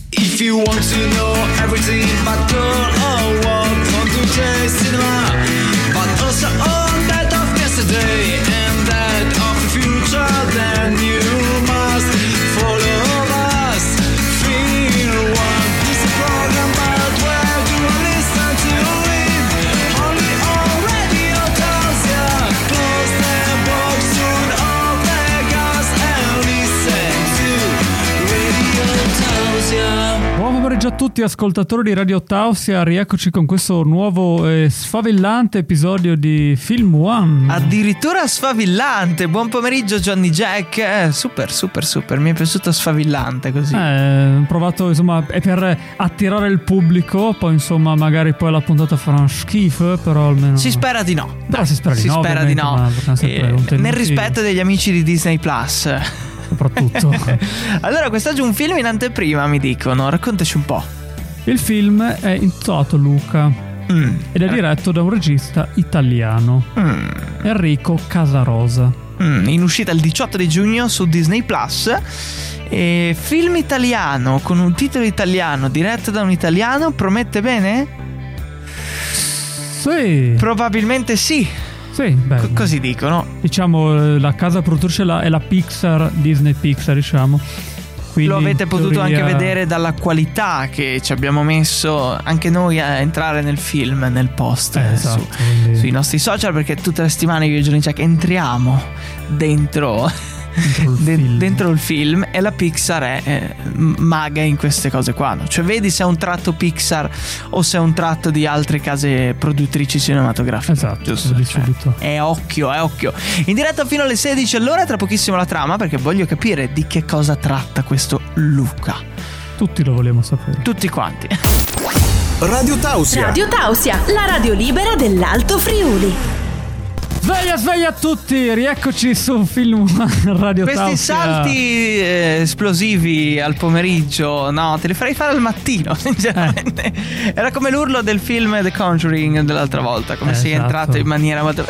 If you want to know everything about girl or what from today's cinema, but also all that of yesterday and that of the future, then you must follow us. Feel one is a program, but where do you listen to it? Only on Radio Tausia. Close the box, turn off the gas and listen to Radio Tausia. Buon pomeriggio a tutti ascoltatori di Radio Tausia, rieccoci con questo nuovo e sfavillante episodio di Film One. Addirittura sfavillante. Buon pomeriggio Johnny Jack. Super, mi è piaciuto sfavillante così. Ho provato, insomma, è per attirare il pubblico, poi insomma magari poi la puntata farà schifo, però almeno si spera di no. Però si spera di no. Nel rispetto degli amici di Disney Plus. Soprattutto. Allora, quest'oggi un film in anteprima, mi dicono. Raccontaci un po'. Il film è intitolato Luca ed è diretto da un regista italiano, Enrico Casarosa. In uscita il 18 di giugno su Disney Plus. Film italiano con un titolo italiano diretto da un italiano, promette bene? Sì. Probabilmente sì. Sì, beh, così dicono. Diciamo la casa produttrice è la Pixar, Disney Pixar, diciamo. Quindi, lo avete potuto anche vedere dalla qualità che ci abbiamo messo anche noi a entrare nel film, nel post, esatto, sui nostri social, perché tutte le settimane io e Johnny Jack entriamo dentro il film e la Pixar è maga in queste cose qua, no? Cioè vedi se è un tratto Pixar o se è un tratto di altre case produttrici cinematografiche. Esatto, giusto? subito. È occhio. In diretta fino alle 16, allora tra pochissimo la trama, perché voglio capire di che cosa tratta questo Luca. Tutti lo vogliamo sapere. Tutti quanti. Radio Tausia, la radio libera dell'Alto Friuli. Sveglia a tutti, rieccoci su Film Radio Tausia. Questi salti esplosivi al pomeriggio, no, te li farei fare al mattino, sinceramente. Era come l'urlo del film The Conjuring dell'altra volta, come sei entrato in maniera molto...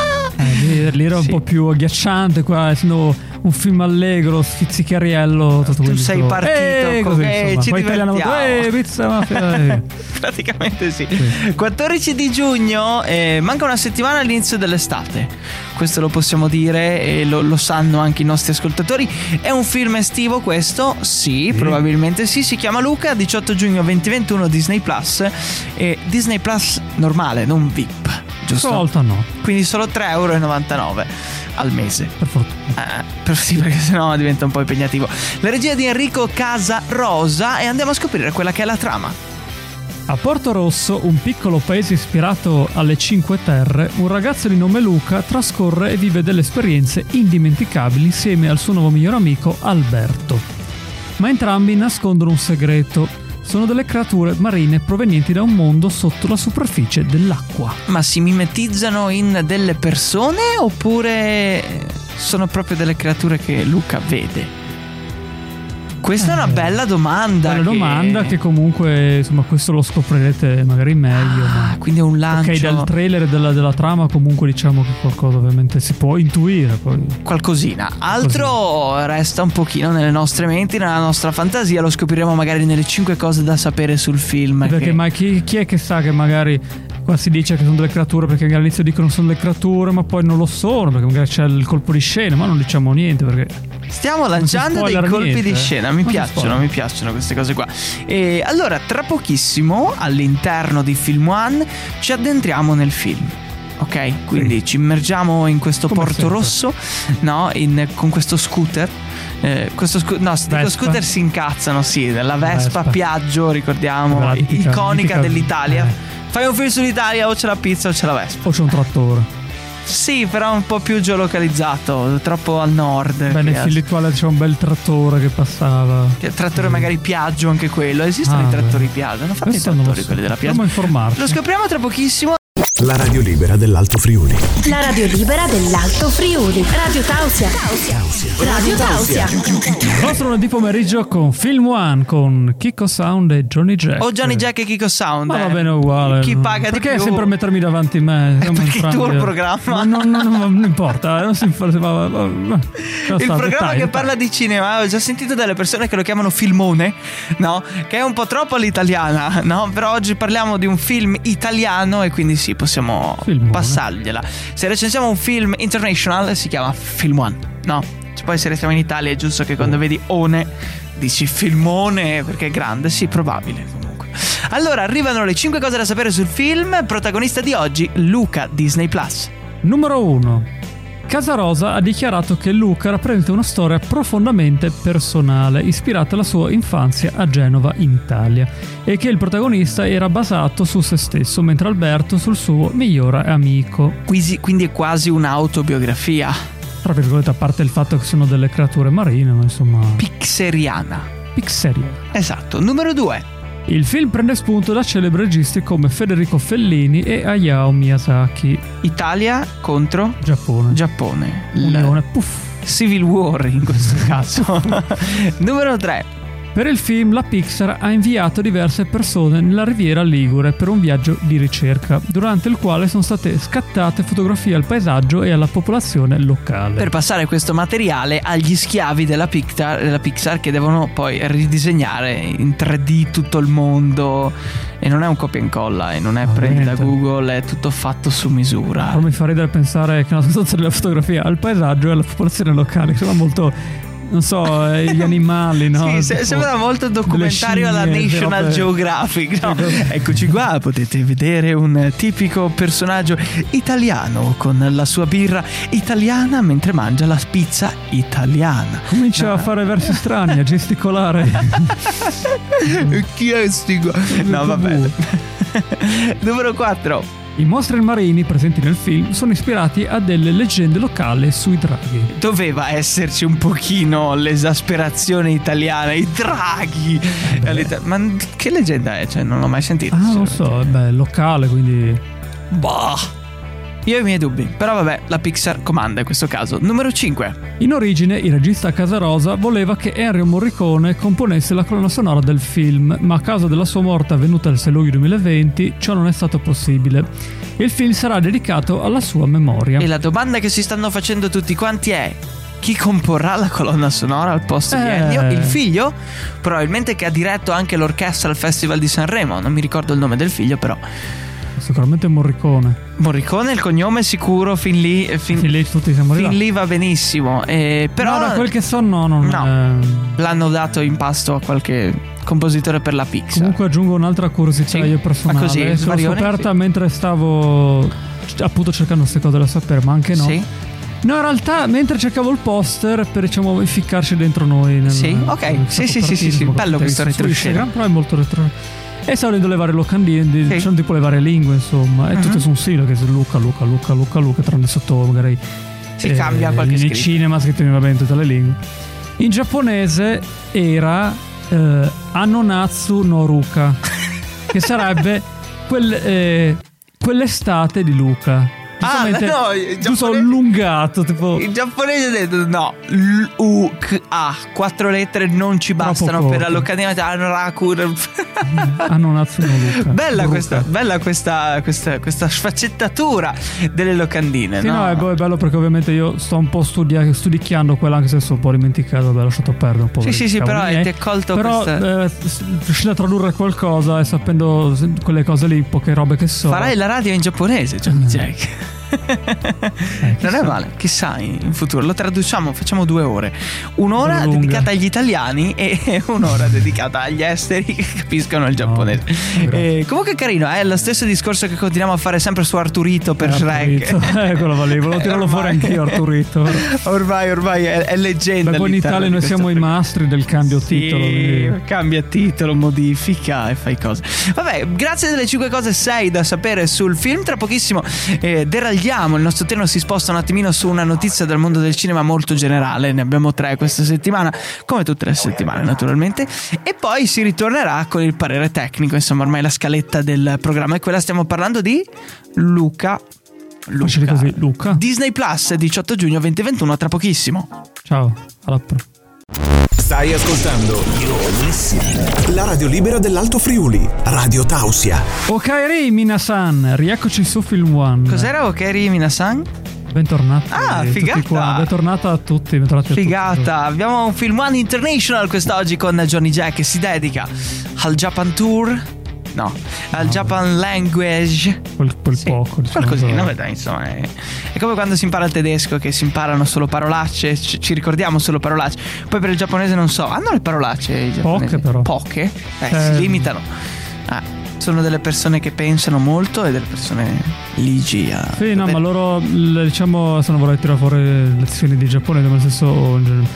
Lì era un po' più agghiacciante, qua essendo un film allegro, schizzicariello. Tu sei partito così, ci poi divertiamo. Pizza mafia. Praticamente sì. 14 di giugno, manca una settimana all'inizio dell'estate. Questo lo possiamo dire e lo sanno anche i nostri ascoltatori. È un film estivo questo? Sì, probabilmente sì. Si chiama Luca, 18 giugno 2021, Disney Plus. E Disney Plus normale, non VIP, giusto? Stavolta no. Quindi solo 3,99€ al mese. Per fortuna. Sì, perché sennò diventa un po' impegnativo. La regia di Enrico Casarosa, e andiamo a scoprire quella che è la trama. A Porto Rosso, un piccolo paese ispirato alle Cinque Terre, un ragazzo di nome Luca trascorre e vive delle esperienze indimenticabili insieme al suo nuovo migliore amico Alberto. Ma entrambi nascondono un segreto. Sono delle creature marine provenienti da un mondo sotto la superficie dell'acqua. Ma si mimetizzano in delle persone oppure sono proprio delle creature che Luca vede? Questa è una bella domanda. Domanda che comunque, insomma, questo lo scoprirete magari meglio. Quindi è un lancio. Ok, dal trailer della trama comunque diciamo che qualcosa ovviamente si può intuire. Poi. Qualcosina. Altro resta un pochino nelle nostre menti, nella nostra fantasia. Lo scopriremo magari nelle 5 cose da sapere sul film. Perché ma chi è che sa che magari qua si dice che sono delle creature, perché all'inizio dicono sono delle creature ma poi non lo sono, perché magari c'è il colpo di scena, ma non diciamo niente perché stiamo lanciando dei colpi di scena. Mi piacciono queste cose qua. E allora tra pochissimo all'interno di Film One ci addentriamo nel film. Ok? Quindi ci immergiamo in questo Porto Rosso, no? Con questo scooter. Dico scooter si incazzano, sì. La Vespa Piaggio, ricordiamo, iconica dell'Italia. Fai un film sull'Italia, o c'è la pizza o c'è la Vespa. O c'è un trattore. Sì, però un po' più geolocalizzato, troppo al nord. Beh, nel film attuale c'è un bel trattore che passava. Trattore magari Piaggio, anche quello. Esistono i trattori Piaggio? Hanno fatto i trattori quelli della Piaggio. Dobbiamo informarci. Lo scopriamo tra pochissimo. La radio libera dell'Alto Friuli. La radio libera dell'Alto Friuli. Radio Tausia. Radio Tausia. Nostro lunedì pomeriggio con Film One con Kiko Sound e Johnny Jack. O Johnny Jack e Kiko Sound. Ma va bene uguale. Chi paga di più? Perché sempre mettermi davanti a me? Perché tu il programma. Non importa. Non si fa, il programma che parla di cinema. Ho già sentito delle persone che lo chiamano filmone, no? Che è un po' troppo all'italiana, no? Però oggi parliamo di un film italiano e quindi sì, possiamo passargliela. Se recensiamo un film international si chiama Film One, no? Poi se restiamo in Italia è giusto che quando vedi One dici filmone perché è grande, sì, probabile comunque. Allora arrivano le 5 cose da sapere sul film. Protagonista di oggi, Luca, Disney Plus. Numero 1. Casarosa ha dichiarato che Luca rappresenta una storia profondamente personale, ispirata alla sua infanzia a Genova, in Italia, e che il protagonista era basato su se stesso, mentre Alberto sul suo migliore amico. Quindi è quasi un'autobiografia. Tra virgolette, a parte il fatto che sono delle creature marine, ma insomma... Pixeriana. Esatto. Numero 2. Il film prende spunto da celebri registi come Federico Fellini e Hayao Miyazaki. Italia contro Giappone. Unione, puff. Civil War in questo caso. Numero 3. Per il film la Pixar ha inviato diverse persone nella Riviera Ligure per un viaggio di ricerca, durante il quale sono state scattate fotografie al paesaggio e alla popolazione locale. Per passare questo materiale agli schiavi della Pixar che devono poi ridisegnare in 3D tutto il mondo. E non è un copia e incolla, e non è prendi da Google, è tutto fatto su misura. Però mi fa ridere pensare che non sono state le fotografie al paesaggio e alla popolazione locale, che sono molto... Non so, gli animali, no? Sì, sembra molto documentario alla National Geographic, no? Eccoci qua, potete vedere un tipico personaggio italiano con la sua birra italiana mentre mangia la pizza italiana. Comincia a fare versi strani, a gesticolare. Chi è sti qua? No, vabbè. Numero 4. I mostri marini presenti nel film sono ispirati a delle leggende locali sui draghi. Doveva esserci un pochino l'esasperazione italiana, i draghi. Ma che leggenda è? Cioè, non l'ho mai sentita. Non lo so, è locale, quindi... Bah. Io ho i miei dubbi, però vabbè, la Pixar comanda in questo caso. Numero 5. In origine il regista Casarosa voleva che Ennio Morricone componesse la colonna sonora del film, ma a causa della sua morte avvenuta il 6 luglio 2020 ciò non è stato possibile. Il film sarà dedicato alla sua memoria. E la domanda che si stanno facendo tutti quanti è: chi comporrà la colonna sonora al posto di Ennio? Il figlio? Probabilmente, che ha diretto anche l'orchestra al Festival di Sanremo. Non mi ricordo il nome del figlio, però sicuramente Morricone. Morricone, il cognome sicuro, fin lì tutti siamo fin lì va benissimo. Però no, da quel che so no. L'hanno dato in pasto a qualche compositore per la Pixar. Comunque aggiungo un'altra curiosità io personale. Ma così, l'ho scoperta mentre stavo appunto cercando queste cose da sapere, ma anche no. Sì. No, in realtà mentre cercavo il poster per, diciamo, ficcarci dentro noi sì, ok. Sì. Bello questo retroscena. Però è molto retro. E stavo vedendo le varie locandine, sì. Sono tipo le varie lingue, insomma. E tutte sono sì, che Luca, tranne sotto magari si cambia qualche scritto. In cinema scritto in tutte le lingue. In giapponese era Anonatsu no Ruka, che sarebbe quell'estate di Luca. Giusto allungato, tipo. Il giapponese ha detto no, L-U-K-A, 4 lettere non ci bastano per la locandina. Anonatsu no Luka. Bella questa sfaccettatura delle locandine. Sì, no, è bello perché ovviamente io sto un po' studicchiando quella, anche se sono un po' dimenticato, l'ho lasciato perdere un po'. Sì, però ti è colto. Però riuscendo a tradurre qualcosa e sapendo quelle cose lì, poche robe che so. Farai la radio in giapponese, Johnny Jack. Non è male, chissà in futuro lo traduciamo, facciamo 2 ore, un'ora dedicata agli italiani e un'ora dedicata agli esteri che capiscono il giapponese. Comunque carino, è lo stesso discorso che continuiamo a fare sempre su Arturito per Shrek. Eccolo, volevo tirarlo fuori anch'io, Arturito. Ormai è leggenda. Beh, poi in Italia noi siamo i mastri del cambio titolo, quindi... Cambia titolo, modifica e fai cose. Vabbè, grazie delle 5 cose 6 da sapere sul film. Tra pochissimo deragliamo sfogliamo, il nostro treno si sposta un attimino su una notizia del mondo del cinema molto generale. Ne abbiamo 3 questa settimana, come tutte le settimane naturalmente, e poi si ritornerà con il parere tecnico. Insomma, ormai la scaletta del programma è quella. Stiamo parlando di Luca. Disney Plus, 18 giugno 2021, tra pochissimo. Ciao, alla prossima. Stai ascoltando la radio libera dell'Alto Friuli, Radio Tausia. Okaeri Minasan, rieccoci su Film One. Cos'era Okaeri Minasan? Bentornati. Ah, figata. Bentornata a tutti. Figata. Abbiamo un Film One International quest'oggi con Johnny Jack che si dedica al Japan Tour. No, al Japan Language. Quel poco, diciamo. Qualcosina, dai, insomma. È come quando si impara il tedesco, che si imparano solo parolacce, ci ricordiamo solo parolacce. Poi per il giapponese non so, hanno le parolacce i giapponesi? Poche però. Poche? Si limitano. Sono delle persone che pensano molto e delle persone ligi. Sì, no, ma loro, diciamo, se non vorrei tirare fuori lezioni di giapponese, ma nel senso,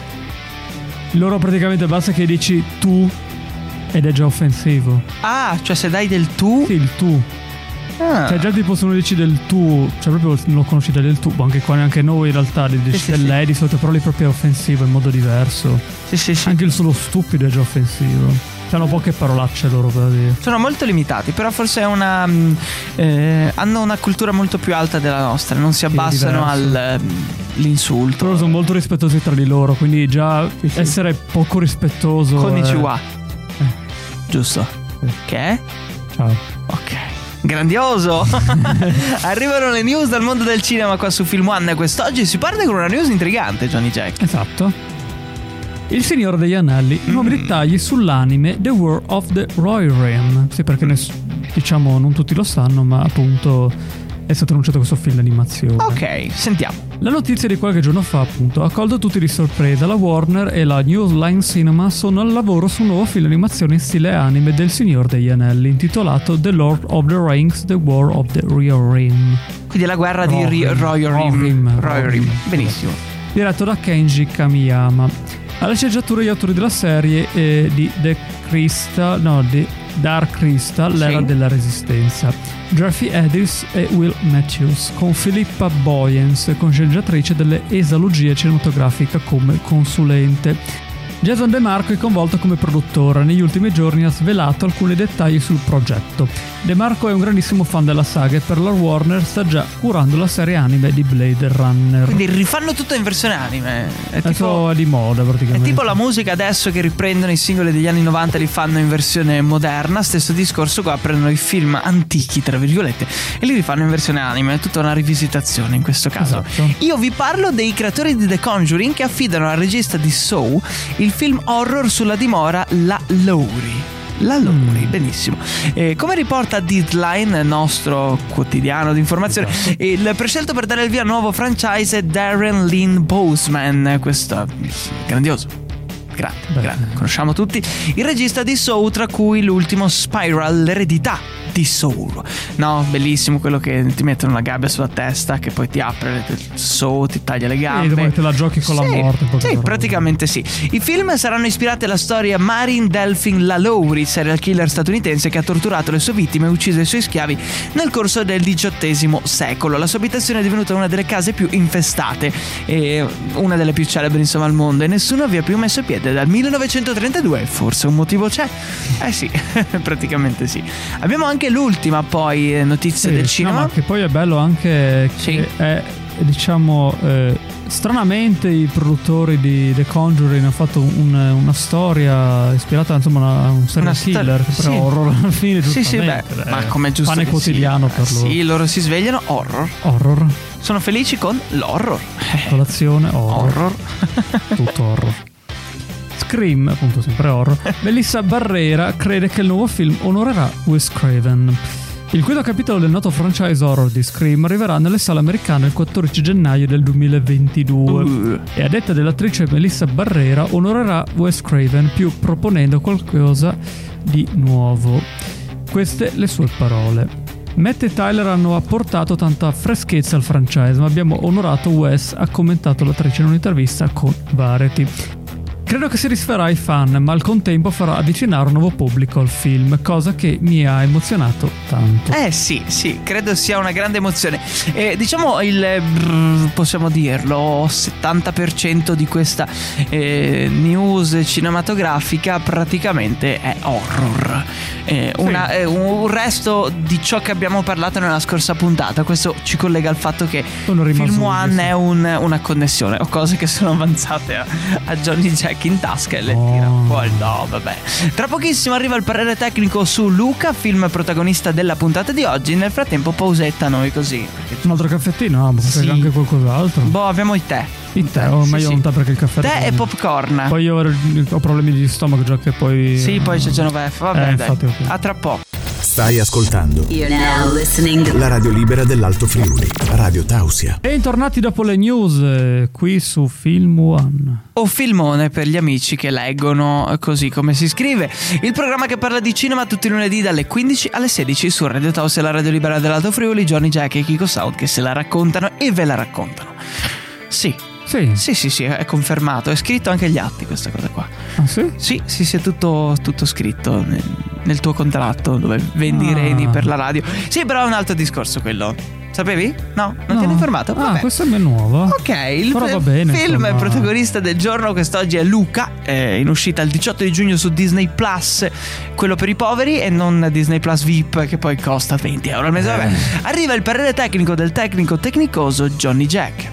loro praticamente basta che dici tu ed è già offensivo. Ah, cioè se dai del tu? Sì, il tu. Cioè già tipo se uno dici del tu, cioè proprio non lo conosci del tu, anche qua neanche noi in realtà dici del lei di solito, però lì proprio è offensivo in modo diverso. Sì. Anche il solo stupido è già offensivo. Hanno poche parolacce loro per dire. Sono molto limitati, però forse è hanno una cultura molto più alta della nostra, non si abbassano all'insulto. Loro sono molto rispettosi tra di loro, quindi già essere poco rispettoso. Konnichiwa. Giusto? Che è? Ciao. Ok. Grandioso. Arrivano le news dal mondo del cinema qua su Film One. Quest'oggi si parte con una news intrigante, Johnny Jack. Esatto. Il Signore degli Anelli, i nuovi dettagli sull'anime The War of the Rohirrim. Sì, perché diciamo non tutti lo sanno, ma appunto è stato annunciato questo film d'animazione. Ok, sentiamo. La notizia di qualche giorno fa, appunto, ha colto tutti di sorpresa. La Warner e la New Line Cinema sono al lavoro su un nuovo film d'animazione in stile anime del Signore degli Anelli, intitolato The Lord of the Rings, The War of the Rohirrim. Quindi la guerra di Rohirrim. Benissimo. Diretto da Kenji Kamiyama. Alla sceneggiatura gli autori della serie di Dark Crystal, l'era della resistenza, Jeffrey Edris e Will Matthews, con Philippa Boyens, sceneggiatrice delle esalogie cinematografiche, come consulente. Jason DeMarco è coinvolto come produttore. Negli ultimi giorni ha svelato alcuni dettagli sul progetto. DeMarco è un grandissimo fan della saga e per la Warner sta già curando la serie anime di Blade Runner. Quindi rifanno tutto in versione anime. È tipo di moda praticamente. È tipo la musica adesso che riprendono i singoli degli anni 90 e li fanno in versione moderna. Stesso discorso qua, prendono i film antichi tra virgolette e li rifanno in versione anime. È tutta una rivisitazione in questo caso. Esatto. Io vi parlo dei creatori di The Conjuring che affidano al regista di Saw il film horror sulla dimora La Laurie, benissimo. Come riporta Deadline, nostro quotidiano di informazione, il prescelto per dare il via al nuovo franchise è Darren Lynn Bousman. Questo è grandioso. Grande. Conosciamo tutti il regista di Saw, tra cui l'ultimo Spiral, l'eredità di Saw. No, bellissimo quello che ti mettono una gabbia sulla testa che poi ti apre Saw, ti taglia le gambe. E te la giochi con la morte. Sì, praticamente sì. I film saranno ispirati alla storia Marin Delphine LaLaurie, serial killer statunitense che ha torturato le sue vittime e ucciso i suoi schiavi nel corso del XVIII secolo. La sua abitazione è divenuta una delle case più infestate e una delle più celebri insomma al mondo, e nessuno vi ha più messo piede dal 1932. Forse un motivo c'è? Sì, praticamente sì. Abbiamo anche l'ultima poi notizia del cinema, ma che poi è bello anche che è, diciamo, stranamente i produttori di The Conjuring hanno fatto una storia ispirata insomma a un serial killer, però horror alla fine, giustamente. Ma come giusto pane quotidiano per loro. Sì, loro si svegliano horror. Sono felici con l'horror. Colazione horror. Tutto horror. Scream, appunto sempre horror. Melissa Barrera crede che il nuovo film onorerà Wes Craven. Il quinto capitolo del noto franchise horror di Scream arriverà nelle sale americane il 14 gennaio del 2022 e a detta dell'attrice Melissa Barrera onorerà Wes Craven più proponendo qualcosa di nuovo. Queste le sue parole. Matt e Tyler hanno apportato tanta freschezza al franchise, ma abbiamo onorato Wes, ha commentato l'attrice in un'intervista con Variety. Credo che si risfarà ai fan, ma al contempo farà avvicinare un nuovo pubblico al film, cosa che mi ha emozionato tanto. Sì, credo sia una grande emozione. Diciamo possiamo dirlo, 70% di questa news cinematografica praticamente è horror. Un resto di ciò che abbiamo parlato nella scorsa puntata, questo ci collega al fatto che Film One è una connessione o cose che sono avanzate a Johnny Jack in tasca e le tira fuori. No, vabbè. Tra pochissimo arriva il parere tecnico su Luca, film protagonista della puntata di oggi. Nel frattempo pausetta noi così. Un altro caffettino? No, sì. Anche qualcos'altro. Abbiamo il tè. Il tè, o meglio un tè perché il caffè. Tè e popcorn. Poi io ho problemi di stomaco già che poi. Sì, poi c'è Genoveffa. Vabbè, dai. Infatti, okay. A tra poco. Stai ascoltando la radio libera dell'Alto Friuli, Radio Tausia. Bentornati dopo le news qui su Film One. O filmone per gli amici che leggono così come si scrive. Il programma che parla di cinema tutti i lunedì dalle 15 alle 16 su Radio Tausia, la radio libera dell'Alto Friuli. Johnny Jack e Kiko Sound che se la raccontano e ve la raccontano. Sì, è confermato. È scritto anche agli atti questa cosa qua. Ah sì? Sì, è tutto scritto nel tuo contratto dove vendi i reni per la radio. Sì, però è un altro discorso quello. Sapevi? No? Non ti hanno informato? Vabbè. Questa è nuova. Ok, va bene, film protagonista del giorno quest'oggi è Luca, in uscita il 18 di giugno su Disney Plus, quello per i poveri e non Disney Plus VIP che poi costa 20 euro al mese. Vabbè. Arriva il parere tecnico del tecnico tecnicoso Johnny Jack.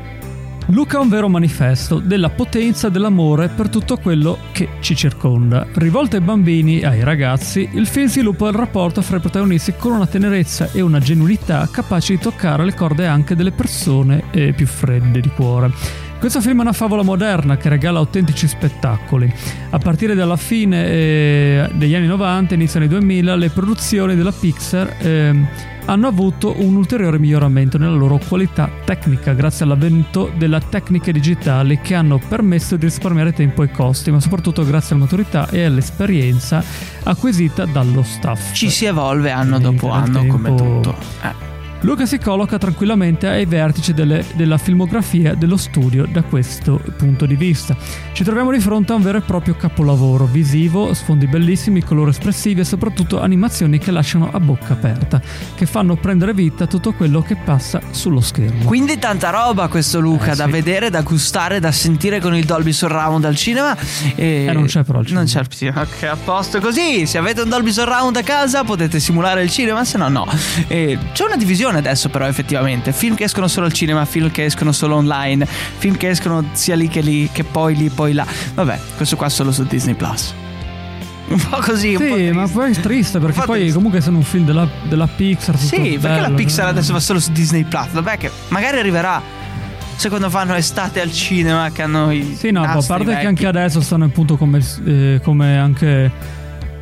Luca è un vero manifesto della potenza dell'amore per tutto quello che ci circonda. Rivolto ai bambini e ai ragazzi, il film sviluppa il rapporto fra i protagonisti con una tenerezza e una genuinità capaci di toccare le corde anche delle persone più fredde di cuore. Questo film è una favola moderna che regala autentici spettacoli. A partire dalla fine degli anni 90 e inizio anni 2000, le produzioni della Pixar hanno avuto un ulteriore miglioramento nella loro qualità tecnica grazie all'avvento delle tecniche digitali che hanno permesso di risparmiare tempo e costi, ma soprattutto grazie alla maturità e all'esperienza acquisita dallo staff. Ci si evolve anno dopo anno come tutto. Luca si colloca tranquillamente ai vertici della filmografia dello studio da questo punto di vista. Ci troviamo di fronte a un vero e proprio capolavoro visivo, sfondi bellissimi, colori espressivi e soprattutto animazioni che lasciano a bocca aperta, che fanno prendere vita a tutto quello che passa sullo schermo. Quindi tanta roba questo Luca, da vedere, da gustare, da sentire con il Dolby Surround al cinema. Non c'è però il cinema. Non c'è il cinema. Ok, a posto così. Se avete un Dolby Surround a casa potete simulare il cinema, se no no. C'è una divisione adesso però effettivamente, film che escono solo al cinema, film che escono solo online, film che escono sia lì che poi lì poi là. Vabbè, questo qua solo su Disney Plus. Un po' così, un po' triste. Ma poi è triste perché poi triste. Comunque sono un film della Pixar. Sì, perché la Pixar adesso va solo su Disney Plus? Vabbè, che magari arriverà secondo fanno estate al cinema che hanno i sì, no, a parte vecchi. Che anche adesso stanno appunto come anche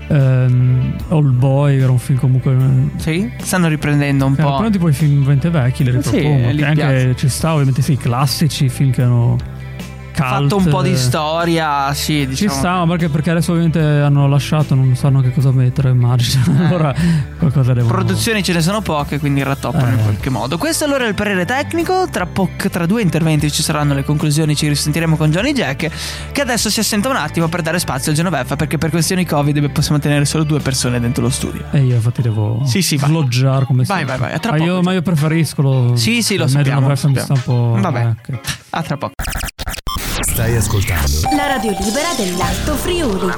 Old Boy era un film comunque. Sì, stanno riprendendo un po'. Però tipo i film 20 vecchi li ripropongono. Sì, anche ci sta ovviamente sì, i classici, film che hanno fatto un po' di storia, sì, diciamo. Ci sta, ma perché adesso ovviamente hanno lasciato, non sanno che cosa mettere, immagino. Allora qualcosa devono. Produzioni ce ne sono poche, quindi rattoppano in qualche modo. Questo allora è il parere tecnico. Tra due interventi ci saranno le conclusioni, ci risentiremo con Johnny Jack, che adesso si assenta un attimo per dare spazio al Genoveffa, perché per questioni Covid possiamo tenere solo 2 persone dentro lo studio. E io infatti devo sloggiare come vai, a tra poco. Ma io preferisco lo Sì, lo sappiamo. Vabbè, okay. A tra poco. Stai ascoltando la radio libera dell'Alto Friuli.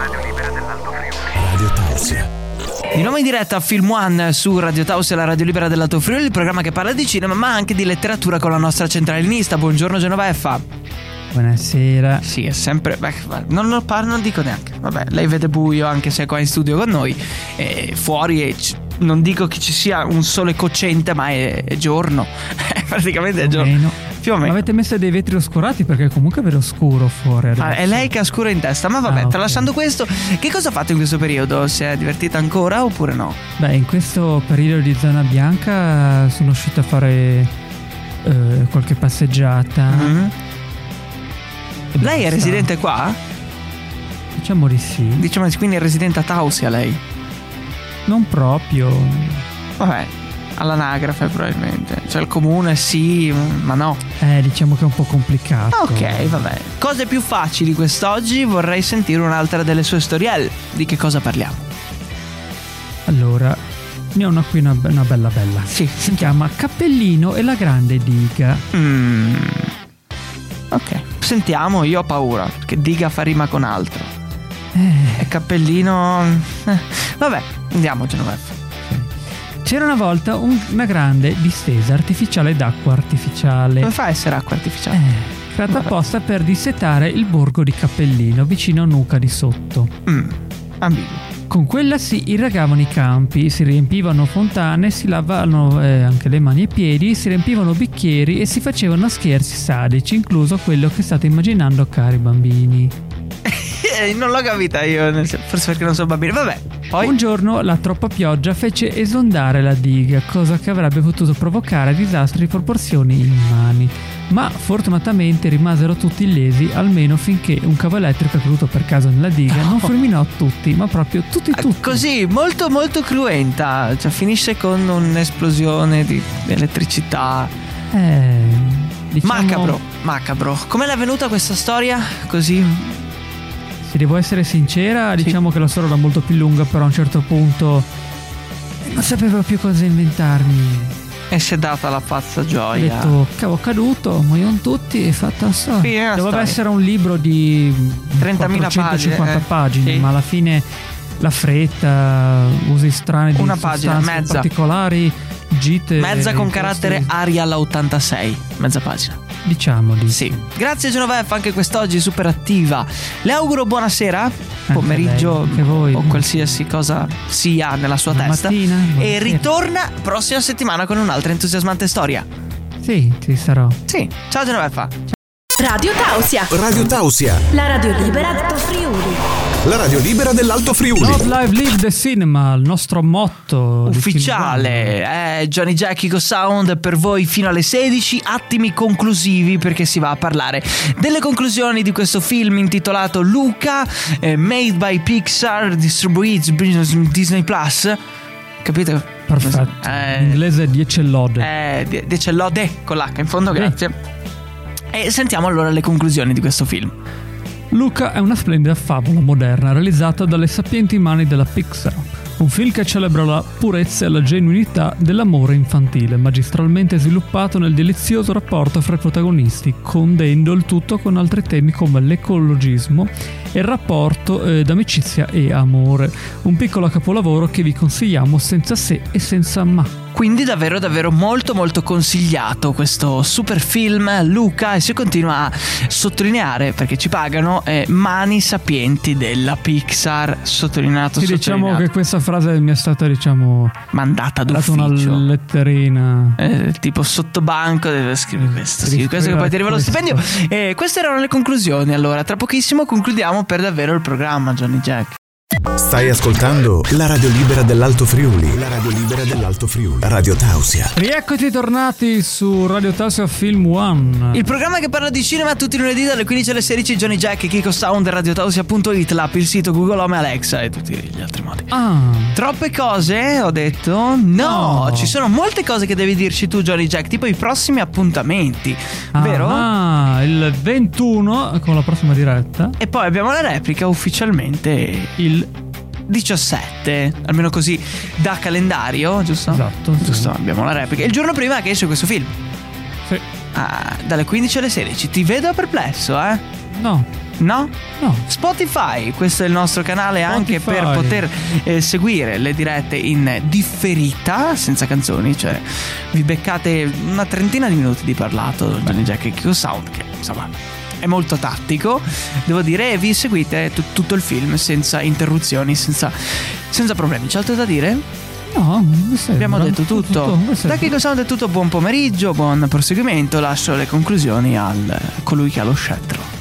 Radio Tausia. Di nuovo in diretta a Film One su Radio Tausia, la radio libera dell'Alto Friuli, il programma che parla di cinema ma anche di letteratura con la nostra centralinista. Buongiorno Genoveffa. Buonasera. Sì, è sempre. Non dico neanche. Vabbè, lei vede buio anche se è qua in studio con noi. Fuori non dico che ci sia un sole cocente, ma è giorno. Praticamente è giorno. Più o meno. Avete messo dei vetri oscurati perché comunque vedo scuro fuori. È lei che ha scuro in testa. Ma vabbè, tralasciando questo, che cosa ha fatto in questo periodo? Si è divertita ancora oppure no? Beh, in questo periodo di zona bianca sono uscita a fare qualche passeggiata. Mm-hmm. Lei è residente qua? Diciamo di sì. Quindi è residente a Tausia lei? Non proprio. Vabbè, all'anagrafe probabilmente. Cioè il comune sì, ma no. Diciamo che è un po' complicato. Ok, vabbè. Cose più facili quest'oggi, vorrei sentire un'altra delle sue storielle. Di che cosa parliamo? Allora, ne ho una qui, una bella. Sì. Si chiama Cappellino e la grande diga. Ok, sentiamo, io ho paura, perché diga fa rima con altro. E Cappellino... Vabbè, andiamo Genoveffa. C'era una volta una grande distesa artificiale d'acqua artificiale. Come fa a essere acqua artificiale? Creata apposta per dissetare il borgo di Cappellino, vicino a Nuca di Sotto. Ambiguo. Con quella si irragavano i campi, si riempivano fontane, si lavavano anche le mani e i piedi, si riempivano bicchieri e si facevano scherzi sadici, incluso quello che state immaginando, cari bambini. Non l'ho capita io, forse perché non sono bambini. Vabbè, poi un giorno la troppa pioggia fece esondare la diga, cosa che avrebbe potuto provocare disastri di proporzioni immani. Ma fortunatamente rimasero tutti illesi, almeno finché un cavo elettrico è caduto per caso nella diga. Non fulminò tutti, ma proprio tutti. Così, molto molto cruenta. Cioè finisce con un'esplosione di elettricità. Diciamo... Macabro. Com'è venuta questa storia? Così? Se devo essere sincera, diciamo che la storia era molto più lunga, però a un certo punto non sapevo più cosa inventarmi. E si è data la pazza gioia. Ho detto, cavo, caduto, muoiono tutti e fatta storia. Doveva essere un libro di 30.000 pagine, pagine, sì. Ma alla fine la fretta, usi strani di una pagina, mezza, particolari, gite, mezza con carattere Arial 86, mezza pagina. Diciamo di sì. Grazie Genoveffa, anche quest'oggi super attiva. Le auguro buonasera, pomeriggio anche voi, o qualsiasi cosa sia nella sua testa. E ritorna prossima settimana con un'altra entusiasmante storia. Sì, ci sarò. Sì, ciao Genoveffa. Radio Tausia. Radio Tausia. La radio libera dell'Alto Friuli. La radio libera dell'Alto Friuli. Not Live Live the Cinema, il nostro motto ufficiale. Johnny Jack Eco Sound per voi fino alle 16. Attimi conclusivi, perché si va a parlare delle conclusioni di questo film intitolato Luca, made by Pixar, distribuito Disney Plus. Capite? Perfetto. In inglese 10 lode. 10 lode con l'H in fondo, grazie. E sentiamo allora le conclusioni di questo film. Luca è una splendida favola moderna realizzata dalle sapienti mani della Pixar. Un film che celebra la purezza e la genuinità dell'amore infantile, magistralmente sviluppato nel delizioso rapporto fra i protagonisti, condendo il tutto con altri temi come l'ecologismo e il rapporto d'amicizia e amore. Un piccolo capolavoro che vi consigliamo senza se e senza ma. Quindi davvero davvero molto molto consigliato questo super film Luca, e si continua a sottolineare, perché ci pagano, mani sapienti della Pixar, sottolineato. Sì, diciamo che questa frase mi è stata mandata d'ufficio, una letterina tipo sottobanco, deve scrivere questo, sì, questo che poi ti arriva lo stipendio. E queste erano le conclusioni. Allora tra pochissimo concludiamo per davvero il programma, Johnny Jack. Stai ascoltando la radio libera dell'Alto Friuli. La radio libera dell'Alto Friuli. Radio Tausia. Rieccoci tornati su Radio Tausia Film One, il programma che parla di cinema tutti i lunedì dalle 15 alle 16. Johnny Jack, Kiko Sound, radiotausia.it, l'app, il sito, Google Home, Alexa e tutti gli altri modi. Troppe cose, ho detto? No, ci sono molte cose che devi dirci tu, Johnny Jack, tipo i prossimi appuntamenti, vero? Il 21 con la prossima diretta. E poi abbiamo la replica ufficialmente il 17, almeno così da calendario, giusto? Esatto, giusto, abbiamo la replica il giorno prima che esce questo film. Sì. Dalle 15 alle 16. Ti vedo perplesso, eh? No. Spotify, questo è il nostro canale, Spotify, anche per poter seguire le dirette in differita, senza canzoni, cioè vi beccate una trentina di minuti di parlato Johnny Jack e Kiko Sound, che insomma è molto tattico, devo dire, e vi seguite tutto il film senza interruzioni, senza problemi. C'è altro da dire? No, abbiamo detto tutto. Da Kiko Sound è tutto, buon pomeriggio, buon proseguimento. Lascio le conclusioni a colui che ha lo scettro.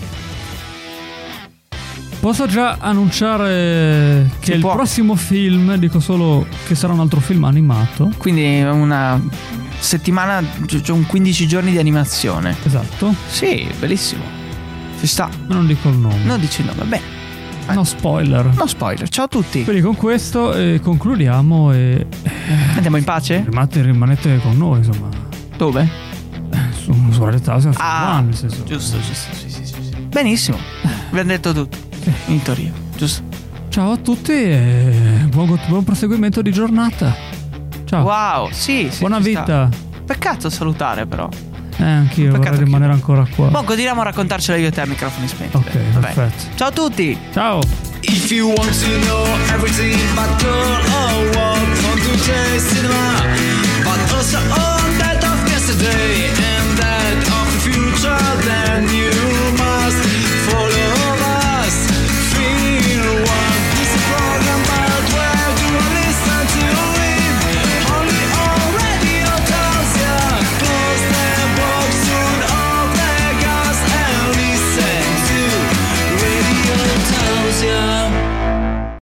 Posso già annunciare che il prossimo film, dico solo che sarà un altro film animato. Quindi una settimana, cioè un 15 giorni di animazione. Esatto. Sì, bellissimo. Ci sta. Ma non dico il nome. Non dici il nome, beh. perfetto. No spoiler. No spoiler. Ciao a tutti. Quindi con questo concludiamo e andiamo in pace? Rimanete con noi, insomma. Dove? Su Radio Tausia. Nel senso. Giusto. Sì. Benissimo. Abbiamo detto tutto. In teoria, giusto. Ciao a tutti e buon proseguimento di giornata. Ciao. Wow, sì. Buona vita. Peccato salutare però. Anch'io vorrei rimanere ancora qua. Continuiamo a raccontarcela io e te a microfoni spenti. Ok, perfetto. Ciao a tutti. Ciao. If you want to know everything about girl or what, come to J Cinema.